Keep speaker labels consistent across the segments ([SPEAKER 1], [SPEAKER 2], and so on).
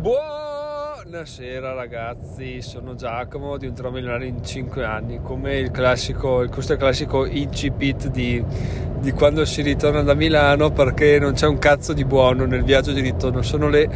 [SPEAKER 1] Buonasera ragazzi, sono Giacomo, diventerò milionario in 5 anni, come questo è il classico incipit di quando si ritorna da Milano, perché non c'è un cazzo di buono nel viaggio di ritorno. Sono le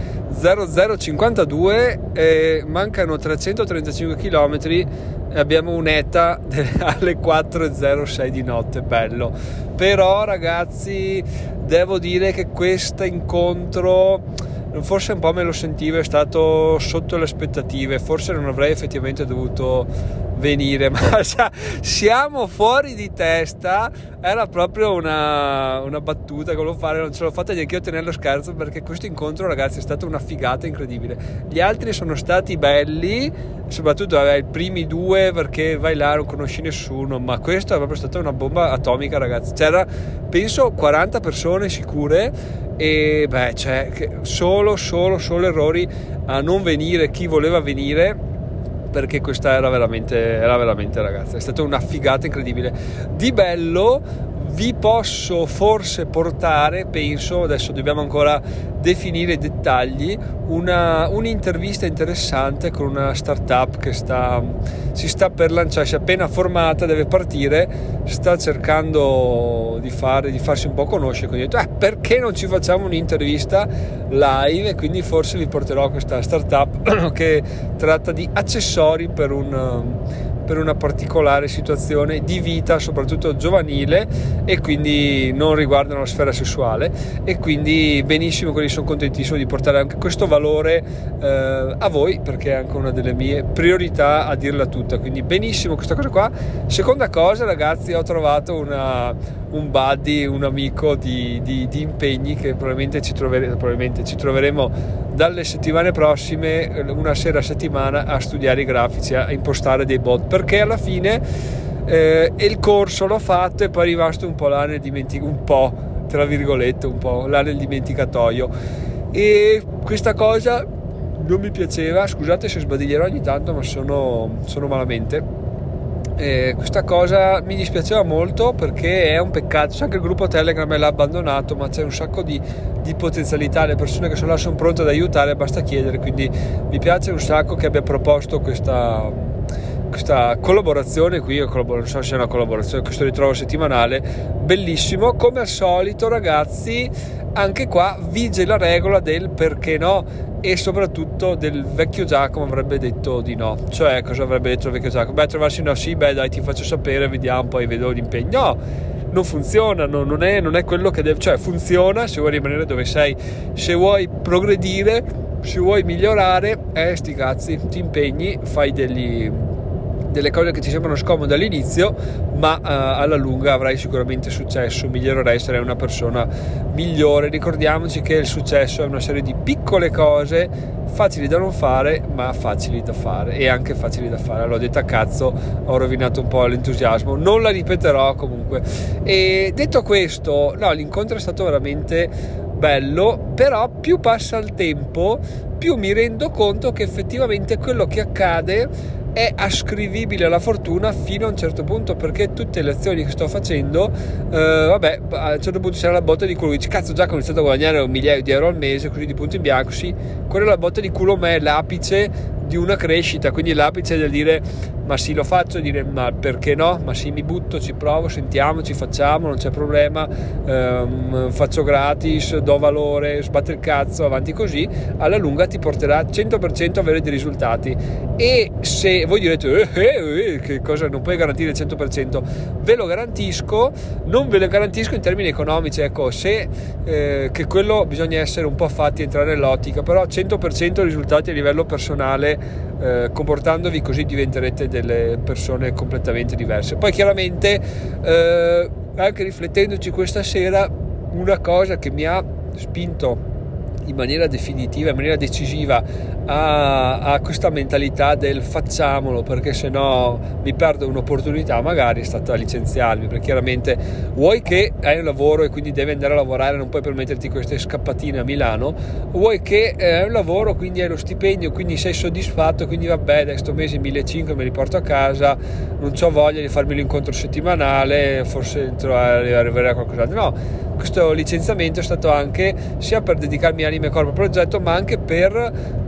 [SPEAKER 1] 00:52 e mancano 335 km e abbiamo un'ETA alle 4:06 di notte. Bello, però ragazzi devo dire che questo incontro forse un po' me lo sentivo, è stato sotto le aspettative, forse non avrei effettivamente dovuto venire, ma siamo fuori di testa. Era proprio una battuta che volevo fare, non ce l'ho fatta neanche io a tenere lo scherzo, perché questo incontro ragazzi è stata una figata incredibile. Gli altri sono stati belli, soprattutto i primi due, perché vai là non conosci nessuno, ma questo è proprio stata una bomba atomica ragazzi. C'era penso 40 persone sicure e solo errori a non venire chi voleva venire, perché questa era veramente ragazzi, è stata una figata incredibile. Di bello vi posso forse portare, penso, adesso dobbiamo ancora definire i dettagli, un'intervista interessante con una startup che si sta per lanciare, si è appena formata, deve partire, sta cercando di farsi un po' conoscere, quindi ho detto perché non ci facciamo un'intervista live, e quindi forse vi porterò questa startup che tratta di accessori per una particolare situazione di vita, soprattutto giovanile, e quindi non riguardano la sfera sessuale, e quindi benissimo, quindi sono contentissimo di portare anche questo valore a voi, perché è anche una delle mie priorità, a dirla tutta. Quindi benissimo questa cosa qua. Seconda cosa ragazzi, ho trovato un buddy, un amico di impegni, che probabilmente ci troveremo dalle settimane prossime, una sera a settimana, a studiare i grafici, a impostare dei bot, perché alla fine il corso l'ho fatto e poi è rimasto un po' là nel dimenticatoio, e questa cosa non mi piaceva. Scusate se sbadiglierò ogni tanto, ma sono malamente. Questa cosa mi dispiaceva molto, perché è un peccato. C'è anche il gruppo Telegram l'ha abbandonato, ma c'è un sacco di potenzialità, le persone che sono là sono pronte ad aiutare, basta chiedere. Quindi mi piace un sacco che abbia proposto questa collaborazione qui, non so se è una collaborazione, questo ritrovo settimanale, bellissimo. Come al solito ragazzi, anche qua vige la regola del perché no, e soprattutto del vecchio Giacomo avrebbe detto di no. Cioè, cosa avrebbe detto il vecchio Giacomo? Trovarsi no, sì, dai, ti faccio sapere, vediamo, poi vedo l'impegno. No, non funziona, non è quello che deve, cioè funziona se vuoi rimanere dove sei, se vuoi progredire, se vuoi migliorare, sti cazzi, ti impegni, fai delle cose che ti sembrano scomode all'inizio, ma alla lunga avrai sicuramente successo, migliorerai, sarai una persona migliore. Ricordiamoci che il successo è una serie di piccole cose facili da non fare, ma facili da fare, e anche facili da fare. L'ho detta a cazzo, ho rovinato un po' l'entusiasmo, non la ripeterò comunque. E detto questo, no, l'incontro è stato veramente bello, però più passa il tempo più mi rendo conto che effettivamente quello che accade è ascrivibile alla fortuna fino a un certo punto, perché tutte le azioni che sto facendo, a un certo punto c'era la botta di culo, dici cazzo Giacomo, ho iniziato a guadagnare 1.000.000 di euro al mese così di punto in bianco. Sì, quella è la botta di culo, ma è l'apice di una crescita, quindi l'apice del dire ma sì lo faccio, dire ma perché no, ma sì mi butto, ci provo, sentiamo, ci facciamo, non c'è problema, faccio gratis, do valore, sbatto il cazzo, avanti così, alla lunga ti porterà 100% a avere dei risultati. E se voi direte che cosa, non puoi garantire il 100%, ve lo garantisco, non ve lo garantisco in termini economici, ecco, se che quello bisogna essere un po' fatti, entrare nell'ottica, però 100% risultati a livello personale, comportandovi così diventerete delle persone completamente diverse. Poi chiaramente anche riflettendoci questa sera, una cosa che mi ha spinto in maniera definitiva, in maniera decisiva a questa mentalità del facciamolo, perché se no mi perdo un'opportunità, magari è stata licenziarmi, perché chiaramente vuoi che hai un lavoro e quindi devi andare a lavorare, non puoi permetterti queste scappatine a Milano, vuoi che hai un lavoro, quindi hai lo stipendio, quindi sei soddisfatto, quindi vabbè dai, sto mese 1.500 me li porto a casa, non ho voglia di farmi l'incontro settimanale, forse arriverei a qualcos'altro. No, questo licenziamento è stato anche sia per dedicarmi anima e corpo al progetto, ma anche per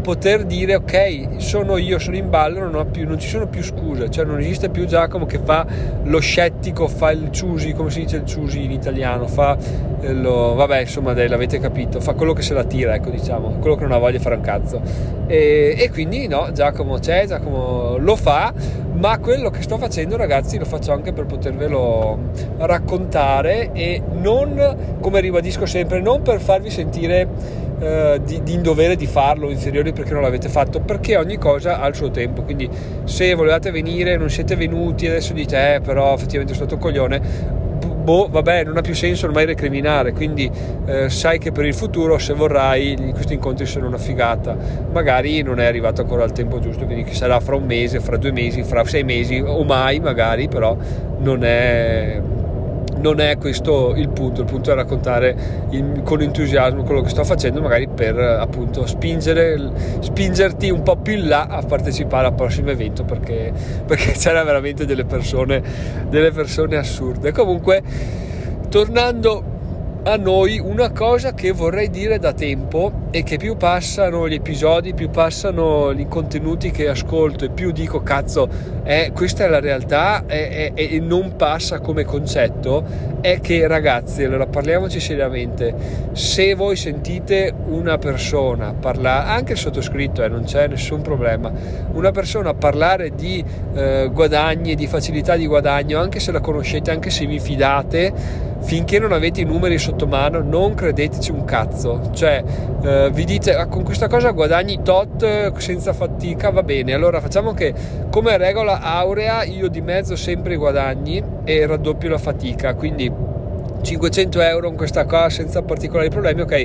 [SPEAKER 1] poter dire ok, sono in ballo, non ci sono più scuse, cioè non esiste più Giacomo che fa lo scettico, fa il ciusi, come si dice il ciusi in italiano, vabbè, insomma, l'avete capito, fa quello che se la tira, ecco, diciamo, quello che non ha voglia di fare un cazzo, e quindi no, Giacomo lo fa, ma quello che sto facendo, ragazzi, lo faccio anche per potervelo raccontare, e non, come ribadisco sempre, non per farvi sentire di in dovere di farlo, inferiori perché non l'avete fatto, perché ogni cosa ha il suo tempo. Quindi se volevate venire, non siete venuti, adesso dite però effettivamente sono stato coglione, vabbè, non ha più senso ormai recriminare, quindi sai che per il futuro, se vorrai, questi incontri sono una figata, magari non è arrivato ancora al tempo giusto, quindi che sarà fra un mese, fra 2 mesi, fra 6 mesi o mai magari, però non è questo il punto è raccontare con entusiasmo quello che sto facendo, magari per appunto spingerti un po' più in là a partecipare al prossimo evento, perché c'era veramente delle persone assurde. Comunque, tornando a noi, una cosa che vorrei dire da tempo, e che più passano gli episodi, più passano i contenuti che ascolto, e più dico cazzo, questa è la realtà, e non passa come concetto, è che, ragazzi, allora parliamoci seriamente, se voi sentite una persona parlare, anche il sottoscritto, non c'è nessun problema, una persona parlare di guadagni, di facilità di guadagno, anche se la conoscete, anche se vi fidate, finché non avete i numeri sotto mano, non credeteci un cazzo. Cioè vi dite con questa cosa guadagni tot senza fatica, va bene, allora facciamo che come regola aurea io dimezzo sempre i guadagni e raddoppio la fatica, quindi 500 euro in questa cosa senza particolari problemi, ok,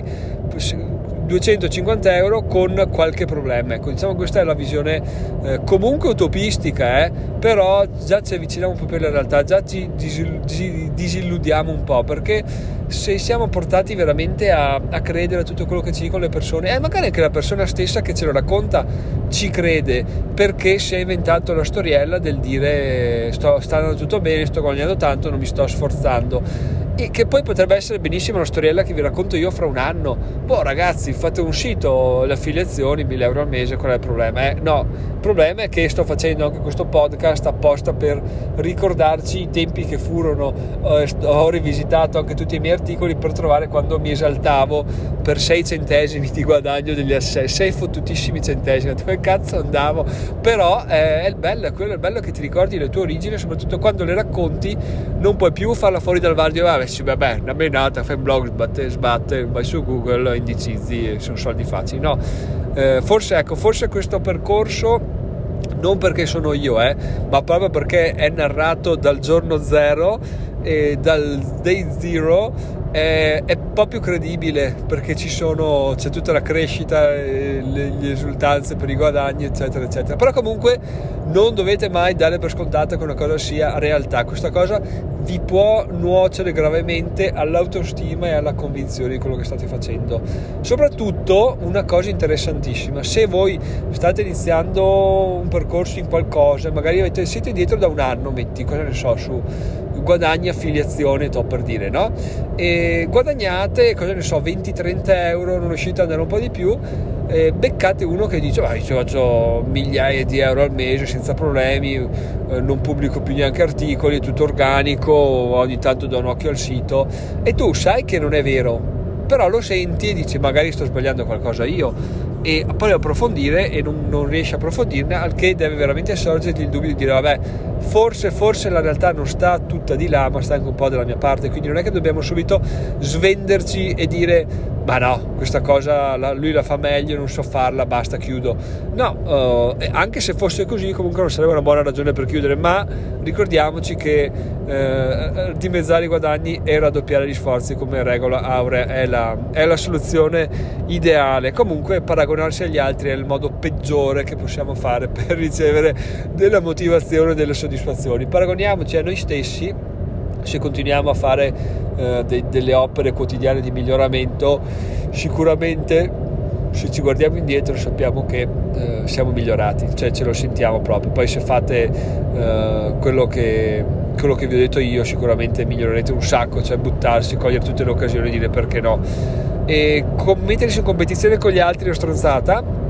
[SPEAKER 1] 250 euro con qualche problema, ecco, diciamo questa è la visione comunque utopistica, però già ci avviciniamo un po' per la realtà, già ci disilludiamo un po', perché se siamo portati veramente a credere a tutto quello che ci dicono le persone, magari anche la persona stessa che ce lo racconta ci crede, perché si è inventato la storiella del dire sta andando tutto bene, sto guadagnando tanto, non mi sto sforzando, e che poi potrebbe essere benissimo una storiella che vi racconto io fra un anno. Ragazzi, fate un sito, le affiliazioni, 1.000 euro al mese, qual è il problema? No, il problema è che sto facendo anche questo podcast apposta per ricordarci i tempi che furono, ho rivisitato anche tutti i miei articoli per trovare quando mi esaltavo per 6 centesimi di guadagno degli assessori, 6 fottutissimi centesimi, dove cazzo andavo? Però è bello, quello è il bello, che ti ricordi le tue origini, soprattutto quando le racconti non puoi più farla fuori dal vario, vabbè, una menata, fai un blog, sbatte, vai su Google, indicizzi, sono soldi facili. No, forse questo percorso, non perché sono io, ma proprio perché è narrato dal giorno zero e dal day zero, è un po' più credibile, perché c'è tutta la crescita, le esultanze per i guadagni, eccetera eccetera. Però comunque non dovete mai dare per scontato che una cosa sia realtà. Questa cosa vi può nuocere gravemente all'autostima e alla convinzione di quello che state facendo. Soprattutto una cosa interessantissima: se voi state iniziando un percorso in qualcosa, magari siete dietro da un anno, cosa ne so, su guadagni, affiliazione, per dire, no? E guadagnate, cosa ne so, 20-30 euro, non riuscite ad andare un po' di più, beccate uno che dice io faccio migliaia di euro al mese senza problemi, non pubblico più neanche articoli, è tutto organico, ogni tanto do un occhio al sito, e tu sai che non è vero, però lo senti e dici magari sto sbagliando qualcosa io, e poi approfondire e non riesci a approfondirne, al che deve veramente sorgerti il dubbio di dire vabbè, forse la realtà non sta tutta di là, ma sta anche un po' dalla mia parte. Quindi non è che dobbiamo subito svenderci e dire ma no, questa cosa lui la fa meglio, non so farla, basta, chiudo. No, anche se fosse così comunque non sarebbe una buona ragione per chiudere, ma ricordiamoci che dimezzare i guadagni e raddoppiare gli sforzi come regola aurea è la soluzione ideale. Comunque paragonarsi agli altri è il modo peggiore che possiamo fare per ricevere della motivazione e delle soddisfazioni. Paragoniamoci a noi stessi. Se continuiamo a fare delle opere quotidiane di miglioramento, sicuramente se ci guardiamo indietro sappiamo che siamo migliorati, cioè ce lo sentiamo proprio. Poi se fate quello che vi ho detto io, sicuramente migliorerete un sacco, cioè buttarsi, cogliere tutte le occasioni e dire perché no. E mettersi in competizione con gli altri è una stronzata,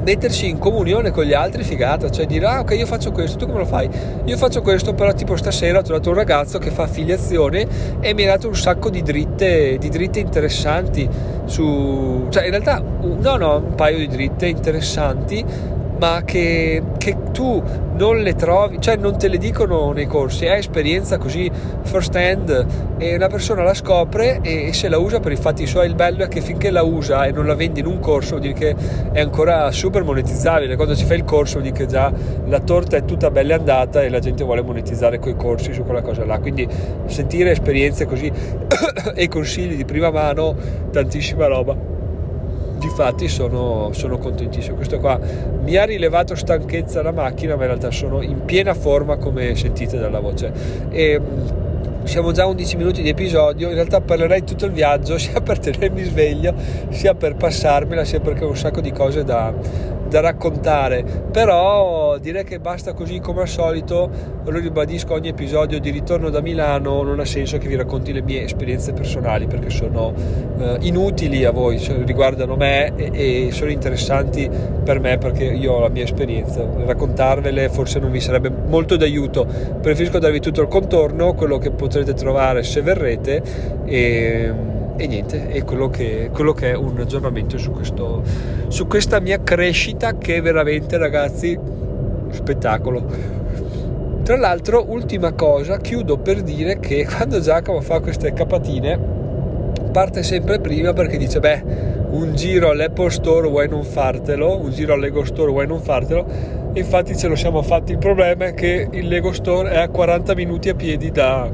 [SPEAKER 1] metterci in comunione con gli altri, figata, cioè dire ok, io faccio questo, tu come lo fai? Io faccio questo, però tipo stasera ho trovato un ragazzo che fa affiliazione e mi ha dato un sacco di dritte interessanti cioè in realtà un paio di dritte interessanti, ma che tu non le trovi, cioè non te le dicono nei corsi, è esperienza così first hand, e una persona la scopre e se la usa per i fatti suoi. Il bello è che finché la usa e non la vendi in un corso, vuol dire che è ancora super monetizzabile. Quando si fa il corso vuol dire che già la torta è tutta bella andata e la gente vuole monetizzare coi corsi su quella cosa là. Quindi sentire esperienze così e consigli di prima mano, tantissima roba. Difatti sono contentissimo. Questo qua mi ha rilevato stanchezza la macchina, ma in realtà sono in piena forma, come sentite dalla voce. E siamo già a 11 minuti di episodio. In realtà parlerei tutto il viaggio, sia per tenermi sveglio, sia per passarmela, sia perché ho un sacco di cose da raccontare. Però direi che basta così, come al solito. Lo ribadisco, ogni episodio di ritorno da Milano non ha senso che vi racconti le mie esperienze personali, perché sono inutili a voi, cioè, riguardano me e sono interessanti per me perché io ho la mia esperienza. Raccontarvele forse non vi sarebbe molto d'aiuto, preferisco darvi tutto il contorno, quello che potrete trovare se verrete, e niente, è quello che è un aggiornamento su questa mia crescita, che è veramente, ragazzi, spettacolo. Tra l'altro, ultima cosa, chiudo per dire che quando Giacomo fa queste capatine parte sempre prima, perché dice un giro all'Apple Store vuoi non fartelo, un giro al Lego Store vuoi non fartelo. E infatti ce lo siamo fatti. Il problema è che il Lego Store è a 40 minuti a piedi da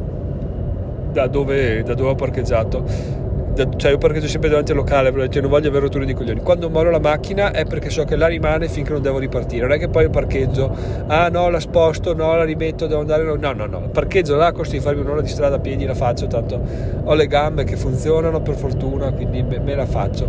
[SPEAKER 1] dove ho parcheggiato. Cioè io parcheggio sempre davanti al locale, perché non voglio avere rotture di coglioni. Quando mollo la macchina è perché so che là rimane finché non devo ripartire, non è che poi parcheggio, la sposto, la rimetto, devo andare, no, parcheggio là, costo di farmi un'ora di strada a piedi, la faccio, tanto ho le gambe che funzionano per fortuna, quindi me la faccio.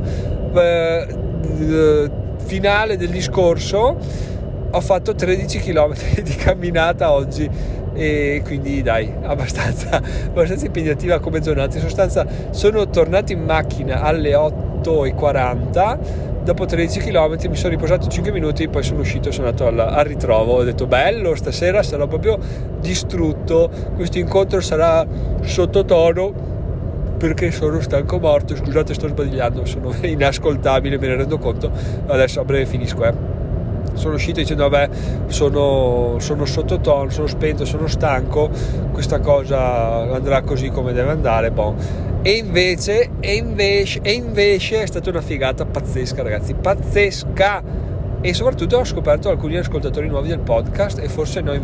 [SPEAKER 1] Finale del discorso, ho fatto 13 km di camminata oggi, e quindi dai, abbastanza impegnativa come giornata. In sostanza sono tornato in macchina alle 8:40, dopo 13 km mi sono riposato 5 minuti, poi sono uscito e sono andato al ritrovo. Ho detto bello, stasera sarò proprio distrutto, questo incontro sarà sottotono perché sono stanco morto. Scusate, sto sbagliando, sono inascoltabile, me ne rendo conto. Adesso a breve finisco, Sono uscito dicendo sono sottotono, sono spento, sono stanco, questa cosa andrà così come deve andare, E invece è stata una figata pazzesca, ragazzi, pazzesca. E soprattutto ho scoperto alcuni ascoltatori nuovi del podcast, e forse ne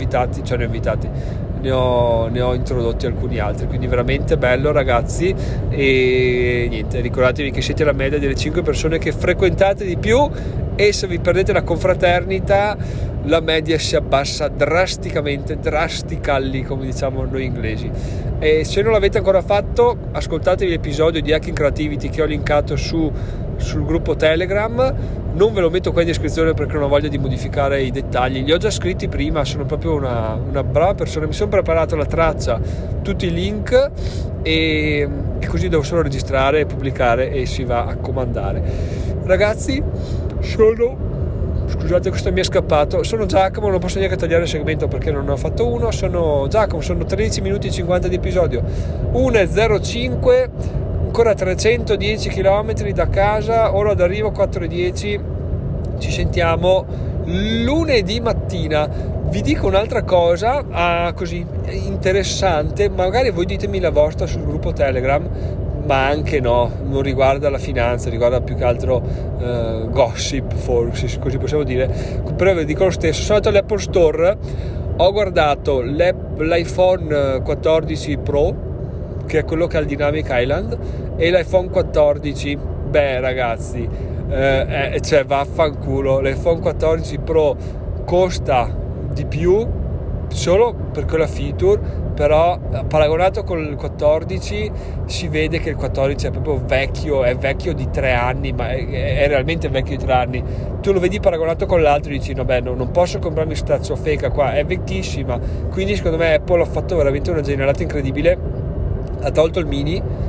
[SPEAKER 1] ho introdotti alcuni altri, quindi veramente bello, ragazzi. E niente, ricordatevi che siete la media delle 5 persone che frequentate di più, e se vi perdete la confraternita la media si abbassa drasticamente, drastically, come diciamo noi inglesi. E se non l'avete ancora fatto, ascoltatevi l'episodio di Hacking Creativity che ho linkato sul gruppo Telegram. Non ve lo metto qua in descrizione perché non ho voglia di modificare i dettagli, li ho già scritti prima, sono proprio una brava persona, mi sono preparato la traccia, tutti i link, e così devo solo registrare e pubblicare e si va a comandare. Ragazzi, scusate, questo mi è scappato, sono Giacomo, non posso neanche tagliare il segmento perché non ne ho fatto uno. Sono Giacomo, sono 13 minuti e 50 di episodio, 1:05, ancora 310 km da casa, ora d'arrivo 4:10. Ci sentiamo lunedì mattina. Vi dico un'altra cosa così interessante, magari voi ditemi la vostra sul gruppo Telegram, ma anche no, non riguarda la finanza, riguarda più che altro gossip, forse così possiamo dire, però vi dico lo stesso. Sono andato all'Apple Store, ho guardato l'iPhone 14 Pro, che è quello che ha il Dynamic Island, e l'iPhone 14, ragazzi, cioè vaffanculo, l'iPhone 14 Pro costa di più solo per quella feature, però paragonato col 14 si vede che il 14 è proprio vecchio, è vecchio di 3 anni, ma è realmente vecchio di 3 anni. Tu lo vedi paragonato con l'altro e dici vabbè, non posso comprarmi sta zoffeca qua, è vecchissima. Quindi secondo me Apple ha fatto veramente una generata incredibile, ha tolto il mini,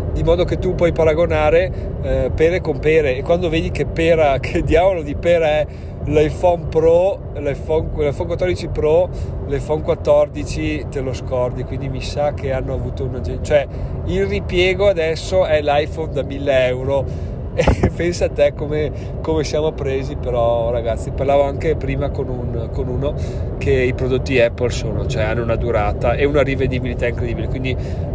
[SPEAKER 1] di modo che tu puoi paragonare pere con pere, e quando vedi che diavolo di pera è l'iPhone Pro, l'iPhone 14 Pro, l'iPhone 14, te lo scordi. Quindi mi sa che hanno avuto cioè il ripiego adesso è l'iPhone da 1.000 euro. E pensa a te come siamo presi. Però ragazzi, parlavo anche prima con uno che i prodotti Apple hanno una durata e una rivendibilità incredibile, quindi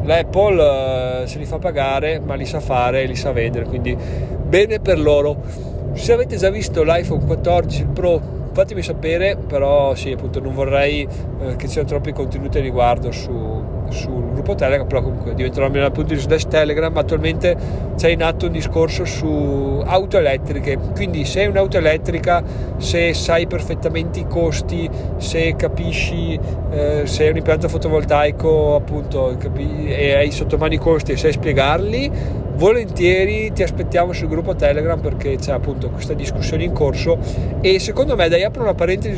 [SPEAKER 1] l'Apple se li fa pagare, ma li sa fare e li sa vendere, quindi bene per loro. Se avete già visto l'iPhone 14 Pro fatemi sapere, però sì, appunto non vorrei che ci siano troppi contenuti a riguardo sul gruppo Telegram, però comunque diventerò almeno appunto di Telegram. Attualmente c'è in atto un discorso su auto elettriche, quindi se è un'auto elettrica, se sai perfettamente i costi, se capisci se è un impianto fotovoltaico appunto e hai sotto mano i costi e sai spiegarli, volentieri ti aspettiamo sul gruppo Telegram, perché c'è appunto questa discussione in corso. E secondo me, dai, apro una parentesi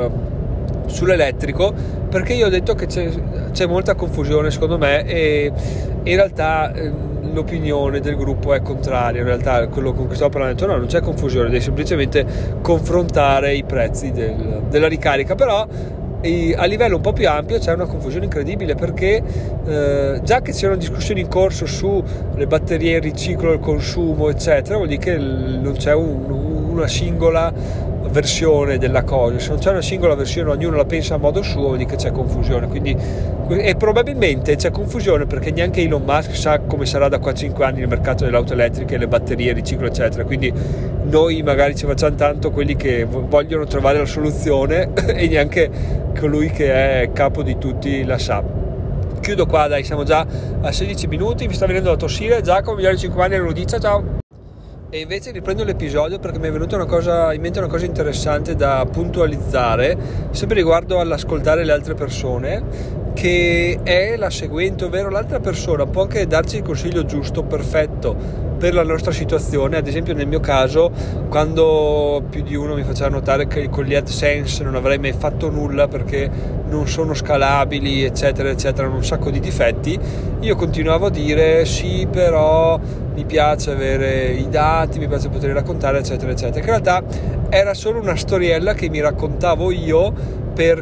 [SPEAKER 1] sull'elettrico, perché io ho detto che c'è molta confusione secondo me, e in realtà l'opinione del gruppo è contraria. In realtà quello con cui stavo parlando, no, non c'è confusione, devi semplicemente confrontare i prezzi della ricarica. Però a livello un po' più ampio c'è una confusione incredibile, perché già che c'erano discussioni in corso sulle batterie, il riciclo, il consumo eccetera, vuol dire che non c'è una singola versione della cosa. Se non c'è una singola versione, ognuno la pensa a modo suo, vuol dire che c'è confusione. Quindi, e probabilmente c'è confusione perché neanche Elon Musk sa come sarà da qua a 5 anni il mercato delle auto elettriche, le batterie, il riciclo eccetera. Quindi noi magari ci facciamo tanto quelli che vogliono trovare la soluzione e neanche colui che è capo di tutti la sa. Chiudo qua, dai, siamo già a 16 minuti, mi sta venendo da tossire. Giacomo, migliori 5 anni, all'udizia, ciao. E invece riprendo l'episodio perché mi è venuta in mente una cosa interessante da puntualizzare, sempre riguardo all'ascoltare le altre persone, che è la seguente, ovvero l'altra persona può anche darci il consiglio giusto, perfetto per la nostra situazione. Ad esempio nel mio caso, quando più di uno mi faceva notare che con gli AdSense non avrei mai fatto nulla perché non sono scalabili eccetera eccetera, hanno un sacco di difetti, io continuavo a dire sì, però mi piace avere i dati, mi piace poter raccontare eccetera eccetera, che in realtà era solo una storiella che mi raccontavo io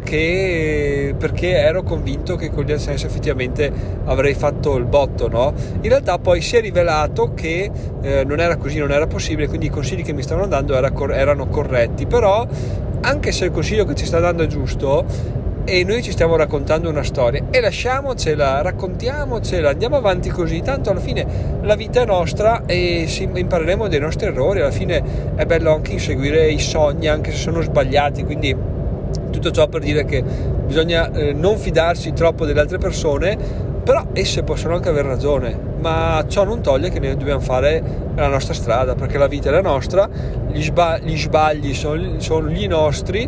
[SPEAKER 1] perché ero convinto che con gli AdSense effettivamente avrei fatto il botto, no? In realtà poi si è rivelato che non era così, non era possibile, quindi i consigli che mi stavano dando erano corretti. Però anche se il consiglio che ci sta dando è giusto e noi ci stiamo raccontando una storia, e lasciamocela, raccontiamocela, andiamo avanti così, tanto alla fine la vita è nostra e impareremo dai nostri errori. Alla fine è bello anche inseguire i sogni anche se sono sbagliati, quindi tutto ciò per dire che bisogna non fidarsi troppo delle altre persone, però esse possono anche aver ragione, ma ciò non toglie che noi dobbiamo fare la nostra strada, perché la vita è la nostra, gli sbagli sono gli nostri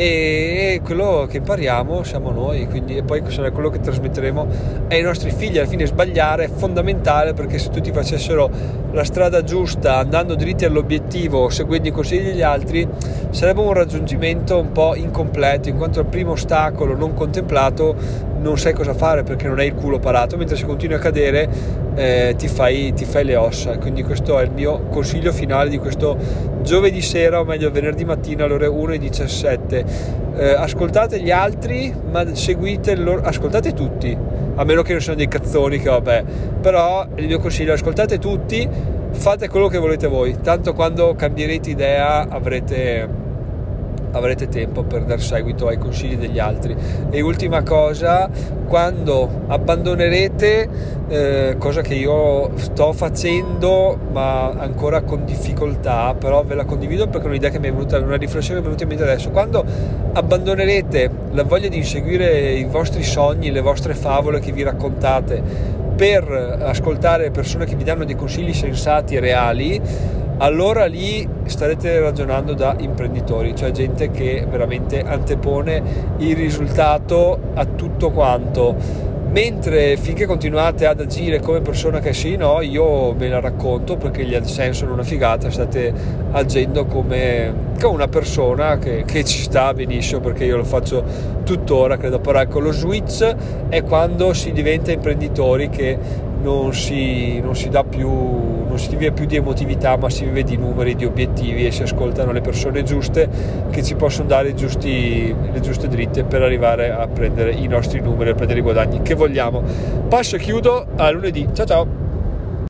[SPEAKER 1] e quello che impariamo siamo noi, quindi, e poi sarà quello che trasmetteremo ai nostri figli. Alla fine sbagliare è fondamentale, perché se tutti facessero la strada giusta andando dritti all'obiettivo, seguendo i consigli degli altri, sarebbe un raggiungimento un po' incompleto, in quanto al primo ostacolo non contemplato non sai cosa fare perché non hai il culo parato, mentre se continui a cadere ti fai le ossa. Quindi questo è il mio consiglio finale di questo giovedì sera, o meglio venerdì mattina alle ore 1:17. Ascoltate gli altri, ma seguite ascoltate tutti, a meno che non siano dei cazzoni, che vabbè, però il mio consiglio è ascoltate tutti, fate quello che volete voi, tanto quando cambierete idea avrete tempo per dar seguito ai consigli degli altri. E ultima cosa, quando abbandonerete, cosa che io sto facendo ma ancora con difficoltà, però ve la condivido perché è un'idea che mi è venuta, una riflessione che mi è venuta in mente adesso. Quando abbandonerete la voglia di inseguire i vostri sogni, le vostre favole che vi raccontate, per ascoltare persone che vi danno dei consigli sensati e reali, allora lì starete ragionando da imprenditori, cioè gente che veramente antepone il risultato a tutto quanto. Mentre finché continuate ad agire come persona che sì, no, io me la racconto perché gli AdSense sono una figata, state agendo come una persona che ci sta benissimo, perché io lo faccio tuttora, credo. Però ecco, lo switch è quando si diventa imprenditori, che non si vive più di emotività, ma si vive di numeri, di obiettivi, e si ascoltano le persone giuste che ci possono dare le giuste dritte per arrivare a prendere i nostri numeri, a prendere i guadagni che vogliamo. Passo e chiudo, a lunedì, ciao ciao.